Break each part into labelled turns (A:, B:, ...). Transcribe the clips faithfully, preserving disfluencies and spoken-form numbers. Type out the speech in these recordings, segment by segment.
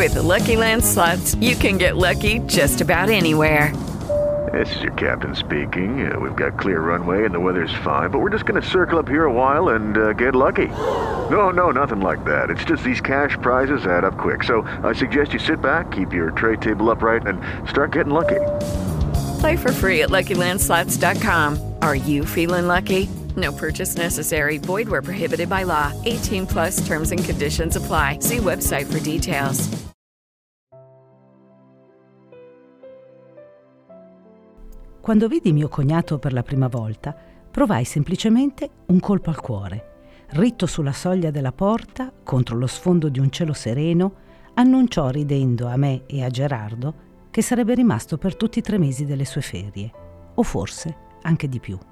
A: With the Lucky Land Slots, you can get lucky just about anywhere.
B: This is your captain speaking. Uh, we've got clear runway and the weather's fine, but we're just going to circle up here a while and uh, get lucky. No, no, nothing like that. It's just these cash prizes add up quick. So I suggest you sit back, keep your tray table upright, and start getting lucky.
A: Play for free at Lucky Land Slots dot com. Are you feeling lucky? No purchase necessary. Void where prohibited by law. eighteen plus terms and conditions apply. See website for details.
C: Quando vidi mio cognato per la prima volta, provai semplicemente un colpo al cuore. Ritto sulla soglia della porta, contro lo sfondo di un cielo sereno, annunciò ridendo a me e a Gerardo che sarebbe rimasto per tutti i tre mesi delle sue ferie, o forse anche di più.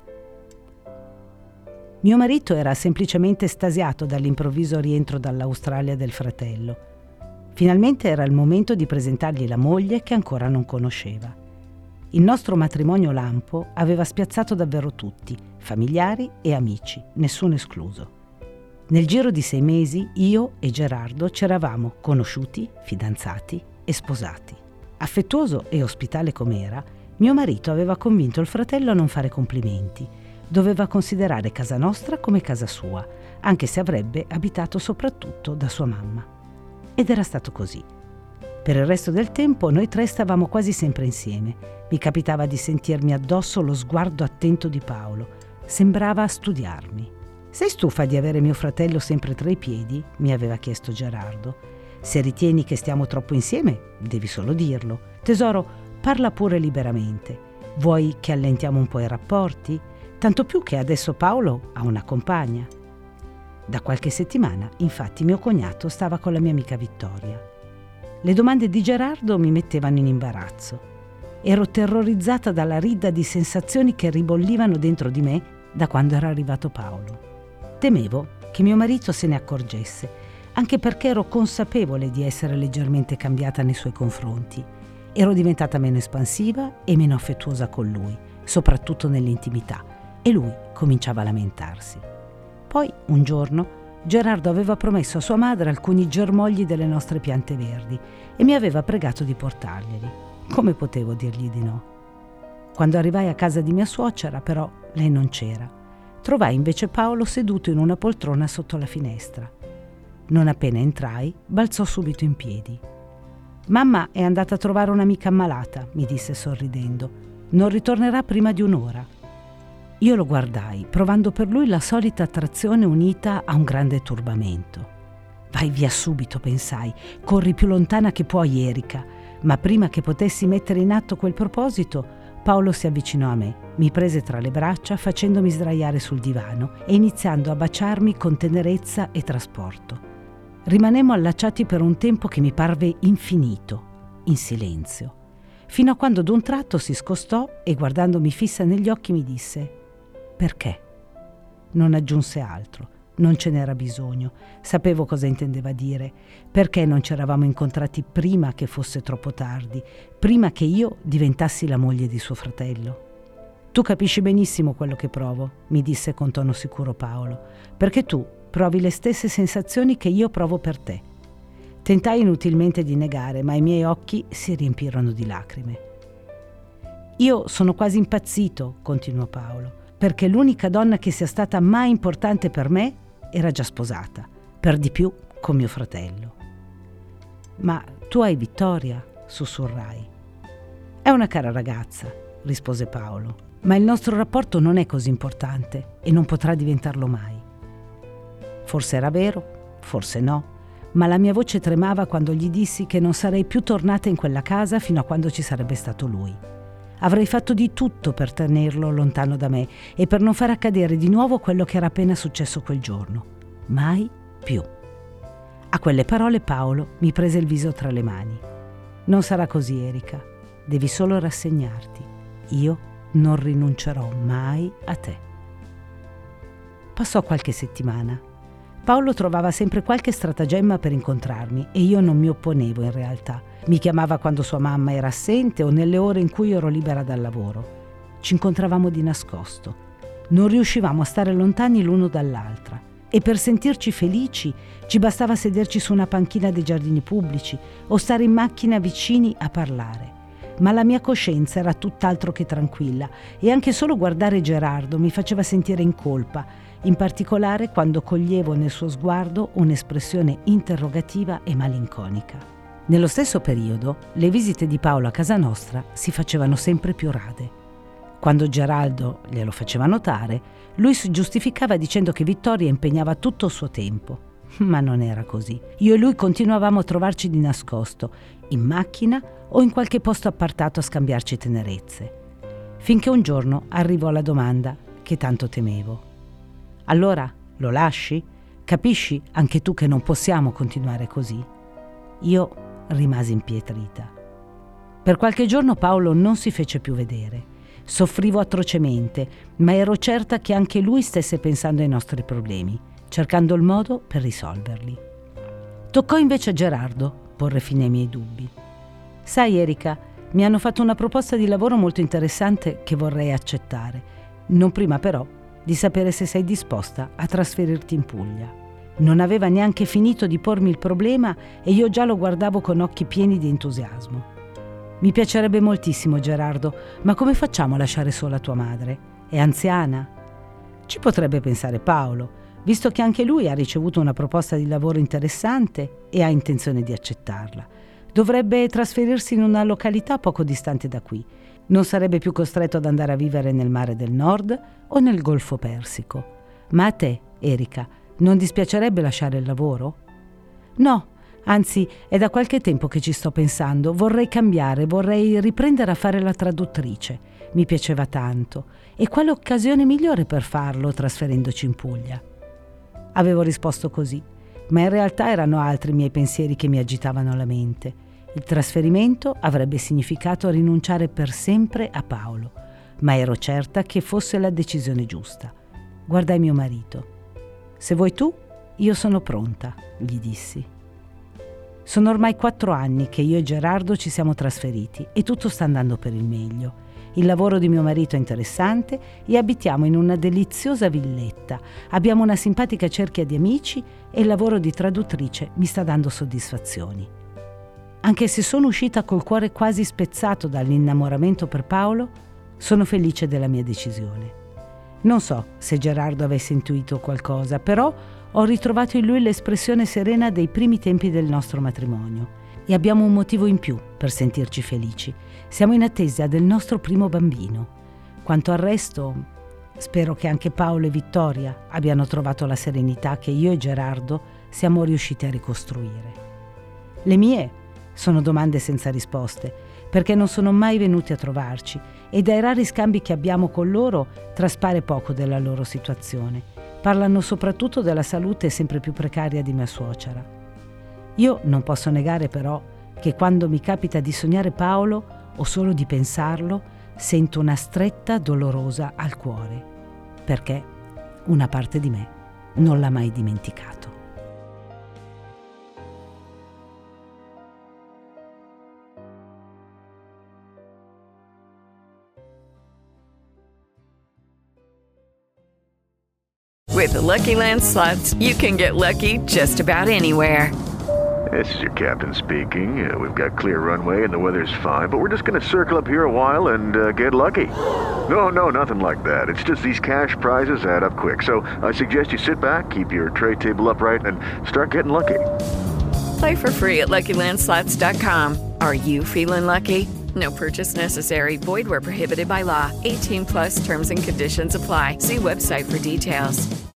C: Mio marito era semplicemente estasiato dall'improvviso rientro dall'Australia del fratello. Finalmente era il momento di presentargli la moglie che ancora non conosceva. Il nostro matrimonio lampo aveva spiazzato davvero tutti, familiari e amici, nessuno escluso. Nel giro di sei mesi io e Gerardo ci eravamo conosciuti, fidanzati e sposati. Affettuoso e ospitale com'era, mio marito aveva convinto il fratello a non fare complimenti. Doveva considerare casa nostra come casa sua, anche se avrebbe abitato soprattutto da sua mamma. Ed era stato così. Per il resto del tempo noi tre stavamo quasi sempre insieme. Mi capitava di sentirmi addosso lo sguardo attento di Paolo. Sembrava studiarmi. «Sei stufa di avere mio fratello sempre tra i piedi?» mi aveva chiesto Gerardo. «Se ritieni che stiamo troppo insieme, devi solo dirlo. Tesoro, parla pure liberamente. Vuoi che allentiamo un po' i rapporti? Tanto più che adesso Paolo ha una compagna». Da qualche settimana, infatti, mio cognato stava con la mia amica Vittoria. Le domande di Gerardo mi mettevano in imbarazzo. Ero terrorizzata dalla ridda di sensazioni che ribollivano dentro di me da quando era arrivato Paolo. Temevo che mio marito se ne accorgesse, anche perché ero consapevole di essere leggermente cambiata nei suoi confronti. Ero diventata meno espansiva e meno affettuosa con lui, soprattutto nell'intimità, e lui cominciava a lamentarsi. Poi, un giorno, Gerardo aveva promesso a sua madre alcuni germogli delle nostre piante verdi e mi aveva pregato di portarglieli. Come potevo dirgli di no? Quando arrivai a casa di mia suocera, però, lei non c'era. Trovai invece Paolo seduto in una poltrona sotto la finestra. Non appena entrai, balzò subito in piedi. «Mamma è andata a trovare un'amica ammalata», mi disse sorridendo. «Non ritornerà prima di un'ora». Io lo guardai, provando per lui la solita attrazione unita a un grande turbamento. «Vai via subito», pensai, «corri più lontana che puoi, Erika». Ma prima che potessi mettere in atto quel proposito, Paolo si avvicinò a me, mi prese tra le braccia facendomi sdraiare sul divano e iniziando a baciarmi con tenerezza e trasporto. Rimanemmo allacciati per un tempo che mi parve infinito, in silenzio, fino a quando d'un tratto si scostò e guardandomi fissa negli occhi mi disse: «Perché?» Non aggiunse altro. Non ce n'era bisogno, sapevo cosa intendeva dire. Perché non ci eravamo incontrati prima che fosse troppo tardi, prima che io diventassi la moglie di suo fratello? «Tu capisci benissimo quello che provo», mi disse con tono sicuro Paolo, «perché tu provi le stesse sensazioni che io provo per te». Tentai inutilmente di negare, ma i miei occhi si riempirono di lacrime. «Io sono quasi impazzito», continuò Paolo, «perché l'unica donna che sia stata mai importante per me era già sposata, per di più con mio fratello». «Ma tu hai Vittoria», sussurrai. «È una cara ragazza», rispose Paolo, «ma il nostro rapporto non è così importante e non potrà diventarlo mai». Forse era vero, forse no, ma la mia voce tremava quando gli dissi che non sarei più tornata in quella casa fino a quando ci sarebbe stato lui. Avrei fatto di tutto per tenerlo lontano da me e per non far accadere di nuovo quello che era appena successo quel giorno. Mai più. A quelle parole Paolo mi prese il viso tra le mani. «Non sarà così, Erika. Devi solo rassegnarti. Io non rinuncerò mai a te». Passò qualche settimana. Paolo trovava sempre qualche stratagemma per incontrarmi e io non mi opponevo in realtà. Mi chiamava quando sua mamma era assente o nelle ore in cui ero libera dal lavoro. Ci incontravamo di nascosto. Non riuscivamo a stare lontani l'uno dall'altra. E per sentirci felici ci bastava sederci su una panchina dei giardini pubblici o stare in macchina vicini a parlare. Ma la mia coscienza era tutt'altro che tranquilla e anche solo guardare Gerardo mi faceva sentire in colpa, in particolare quando coglievo nel suo sguardo un'espressione interrogativa e malinconica. Nello stesso periodo, le visite di Paolo a casa nostra si facevano sempre più rade. Quando Geraldo glielo faceva notare, lui si giustificava dicendo che Vittoria impegnava tutto il suo tempo. Ma non era così. Io e lui continuavamo a trovarci di nascosto, in macchina o in qualche posto appartato a scambiarci tenerezze. Finché un giorno arrivò la domanda che tanto temevo. Allora, lo lasci? Capisci anche tu che non possiamo continuare così? Io rimasi impietrita. Per qualche giorno Paolo non si fece più vedere. Soffrivo atrocemente, ma ero certa che anche lui stesse pensando ai nostri problemi, cercando il modo per risolverli. Toccò invece a Gerardo porre fine ai miei dubbi. Sai, Erika, mi hanno fatto una proposta di lavoro molto interessante che vorrei accettare, non prima però di sapere se sei disposta a trasferirti in Puglia. Non aveva neanche finito di pormi il problema e io già lo guardavo con occhi pieni di entusiasmo. Mi piacerebbe moltissimo, Gerardo, ma come facciamo a lasciare sola tua madre? È anziana? Ci potrebbe pensare Paolo, visto che anche lui ha ricevuto una proposta di lavoro interessante e ha intenzione di accettarla. Dovrebbe trasferirsi in una località poco distante da qui. Non sarebbe più costretto ad andare a vivere nel mare del Nord o nel Golfo Persico. Ma a te, Erika, non dispiacerebbe lasciare il lavoro? No. Anzi, è da qualche tempo che ci sto pensando. Vorrei cambiare, vorrei riprendere a fare la traduttrice. Mi piaceva tanto. E quale occasione migliore per farlo trasferendoci in Puglia? Avevo risposto così, ma in realtà erano altri i miei pensieri che mi agitavano la mente. Il trasferimento avrebbe significato rinunciare per sempre a Paolo, ma ero certa che fosse la decisione giusta. Guardai mio marito. Se vuoi tu, io sono pronta, gli dissi. Sono ormai quattro anni che io e Gerardo ci siamo trasferiti e tutto sta andando per il meglio. Il lavoro di mio marito è interessante e abitiamo in una deliziosa villetta. Abbiamo una simpatica cerchia di amici e il lavoro di traduttrice mi sta dando soddisfazioni. Anche se sono uscita col cuore quasi spezzato dall'innamoramento per Paolo, sono felice della mia decisione. Non so se Gerardo avesse intuito qualcosa, però ho ritrovato in lui l'espressione serena dei primi tempi del nostro matrimonio e abbiamo un motivo in più per sentirci felici. Siamo in attesa del nostro primo bambino. Quanto al resto, spero che anche Paolo e Vittoria abbiano trovato la serenità che io e Gerardo siamo riusciti a ricostruire. Le mie sono domande senza risposte, perché non sono mai venuti a trovarci e dai rari scambi che abbiamo con loro traspare poco della loro situazione. Parlano soprattutto della salute sempre più precaria di mia suocera. Io non posso negare però che quando mi capita di sognare Paolo o solo di pensarlo, sento una stretta dolorosa al cuore, perché una parte di me non l'ha mai dimenticato.
A: With the Lucky Land Slots, you can get lucky just about anywhere.
B: This is your captain speaking. Uh, we've got clear runway and the weather's fine, but we're just going to circle up here a while and uh, get lucky. No, no, nothing like that. It's just these cash prizes add up quick. So I suggest you sit back, keep your tray table upright, and start getting lucky.
A: Play for free at Lucky Land Slots dot com. Are you feeling lucky? No purchase necessary. Void where prohibited by law. eighteen plus terms and conditions apply. See website for details.